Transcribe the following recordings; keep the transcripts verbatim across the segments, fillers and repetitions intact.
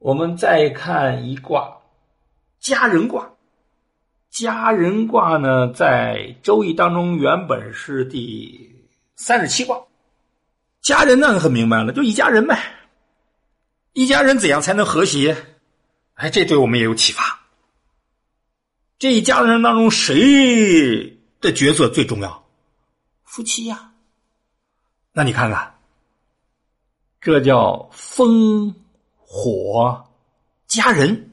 我们再看一卦，家人卦。家人卦呢，在周易当中原本是第三十七卦。家人呢很明白了，就一家人呗。一家人怎样才能和谐？哎，这对我们也有启发。这一家人当中谁的角色最重要？夫妻呀。那你看看，这叫风火家人。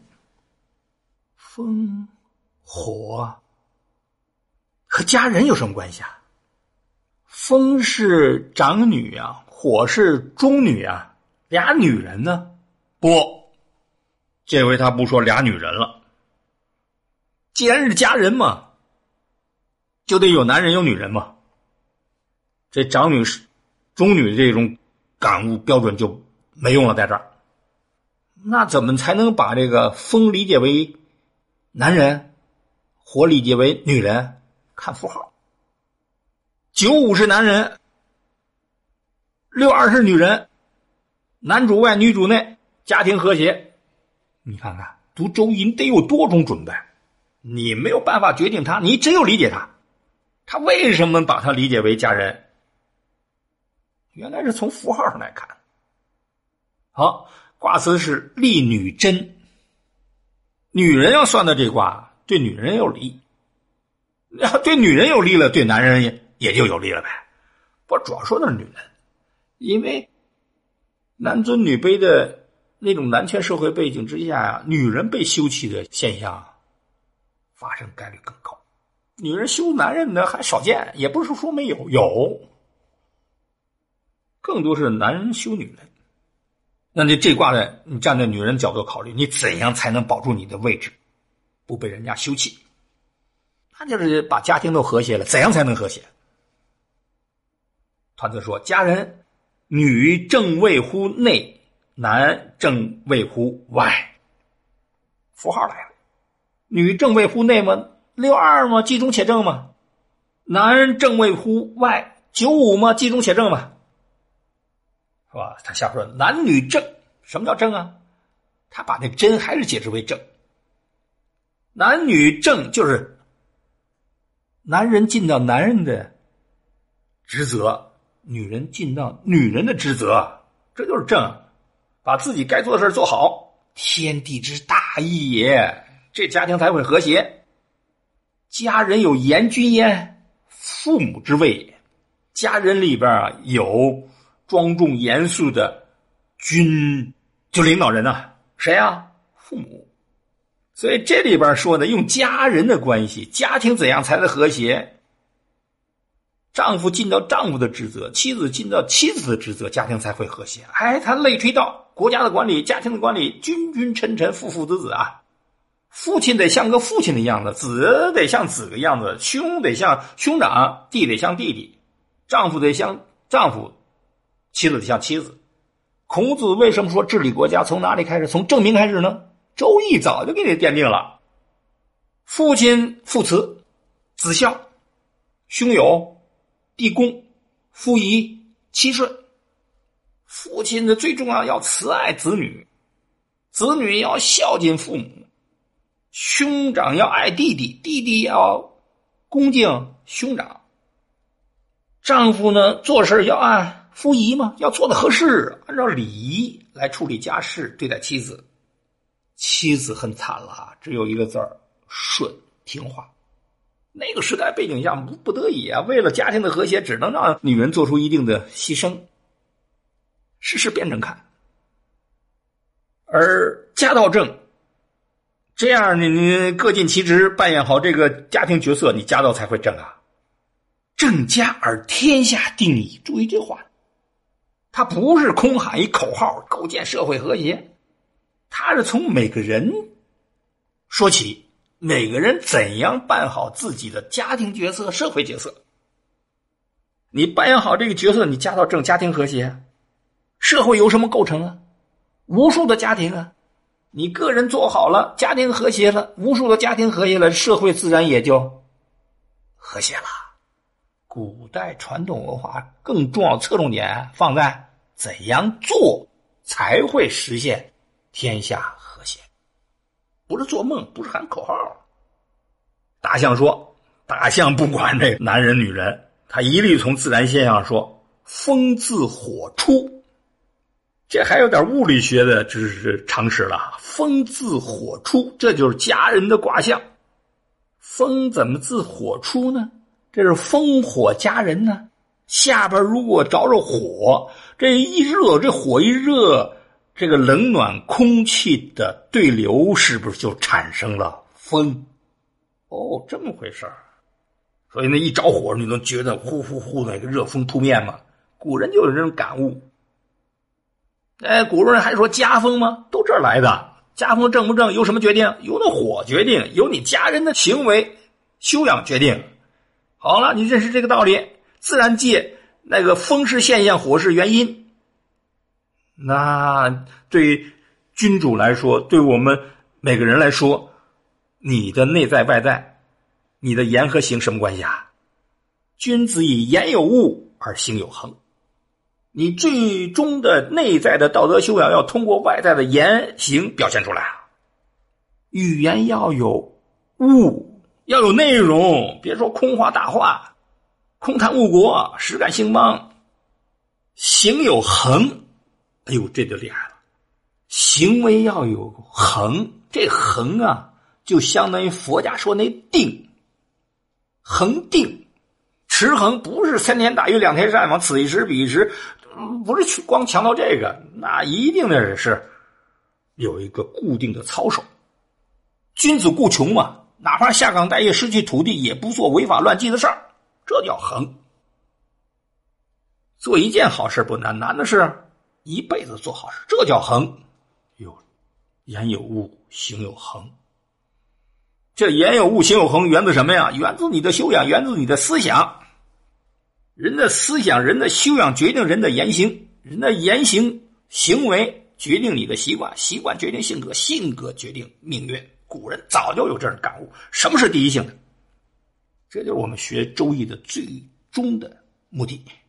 风火和家人有什么关系啊？风是长女啊，火是中女啊，俩女人呢？不，这回他不说俩女人了。既然是家人嘛，就得有男人有女人嘛。这长女是中女这种感悟标准就没用了，在这儿。那怎么才能把这个风理解为男人，火理解为女人？看符号。九五是男人，六二是女人，男主外女主内，家庭和谐。你看看读周易得有多种准备，你没有办法决定他，你只有理解他。他为什么把他理解为家人？原来是从符号上来看。好，卦辞是利女贞。女人要算的这卦，对女人有利。要对女人有利了，对男人也也就有利了呗。不，主要说的是女人，因为男尊女卑的那种男权社会背景之下呀，女人被休弃的现象发生概率更高。女人休男人呢还少见，也不是说没有，有，更多是男人休女人。那你这卦呢，你站在女人角度考虑，你怎样才能保住你的位置，不被人家休弃？那就是把家庭都和谐了，怎样才能和谐？团子说，家人女正位乎内，男正位乎外。符号来了，女正位乎内吗？六二吗？既中且正吗？男正位乎外，九五吗？既中且正吗？是吧？他下说男女正，什么叫正啊？他把那真还是解释为正。男女正就是男人尽到男人的职责，女人尽到女人的职责，这就是正，把自己该做的事做好，天地之大义也，这家庭才会和谐。家人有严君焉，父母之谓也。家人里边啊有庄重严肃的君，就领导人啊，谁啊？父母。所以这里边说的用家人的关系，家庭怎样才能和谐？丈夫尽到丈夫的职责，妻子尽到妻子的职责，家庭才会和谐。哎，他类推到国家的管理，家庭的管理，君君臣臣，父父子子啊。父亲得像个父亲的样子，子得像子的样子，兄得像兄长，弟得像弟弟，丈夫得像丈夫，妻子得像妻子。孔子为什么说治理国家从哪里开始？从正名开始呢？周易早就给你奠定了，父亲父慈，子孝，兄友，弟恭，夫仪，妻顺。父亲的最重要要慈爱子女，子女要孝敬父母，兄长要爱弟弟，弟弟要恭敬兄长。丈夫呢做事要按夫仪嘛，要做的合适，按照礼仪来处理家事，对待妻子。妻子很惨了，只有一个字儿，顺，听话。那个时代背景下不不得已啊，为了家庭的和谐，只能让女人做出一定的牺牲。事事辩证看。而家道正，这样你你各尽其职，扮演好这个家庭角色，你家道才会正啊。正家而天下定矣，注意这话，它不是空喊一口号构建社会和谐，它是从每个人说起，每个人怎样办好自己的家庭角色、社会角色。你扮演好这个角色，你家道正，家庭和谐，社会由什么构成啊？无数的家庭啊。你个人做好了，家庭和谐了，无数的家庭和谐了，社会自然也就和谐了。古代传统文化更重要侧重点放在怎样做才会实现天下和谐。不是做梦，不是喊口号。大象说，大象不管这男人女人，他一律从自然现象说，风自火出。这还有点物理学的知识常识了。风自火出，这就是家人的卦象。风怎么自火出呢？这是风火家人呢。下边如果着着火，这一热，这火一热，这个冷暖空气的对流是不是就产生了风？哦，这么回事儿。所以那一着火，你能觉得呼呼呼的一个热风扑面吗？古人就有这种感悟。哎，古人还说家风吗？都这儿来的。家风正不正由什么决定？由那火决定，由你家人的行为修养决定。好了，你认识这个道理，自然界那个风是现象，火是原因。那对君主来说，对我们每个人来说，你的内在外在，你的言和行什么关系啊？君子以言有物而行有恒。你最终的内在的道德修养要通过外在的言行表现出来啊。语言要有物，要有内容，别说空话大话，空谈误国，实干兴邦。行有恒，哎呦，这就厉害了。行为要有恒，这恒啊，就相当于佛家说那定，恒定。持恒不是三天打鱼两天晒网，此一时彼一时，不是光强调这个，那一定的是有一个固定的操守。君子固穷嘛，哪怕下岗待业失去土地，也不做违法乱纪的事儿，这叫恒。做一件好事不难，难的是一辈子做好事，这叫恒。有言有物，行有恒。这言有物，行有恒，源自什么呀？源自你的修养，源自你的思想。人的思想，人的修养决定人的言行，人的言行行为决定你的习惯，习惯决定性格，性格决定命运。古人早就有这样的感悟。什么是第一性的？这就是我们学周易的最终的目的。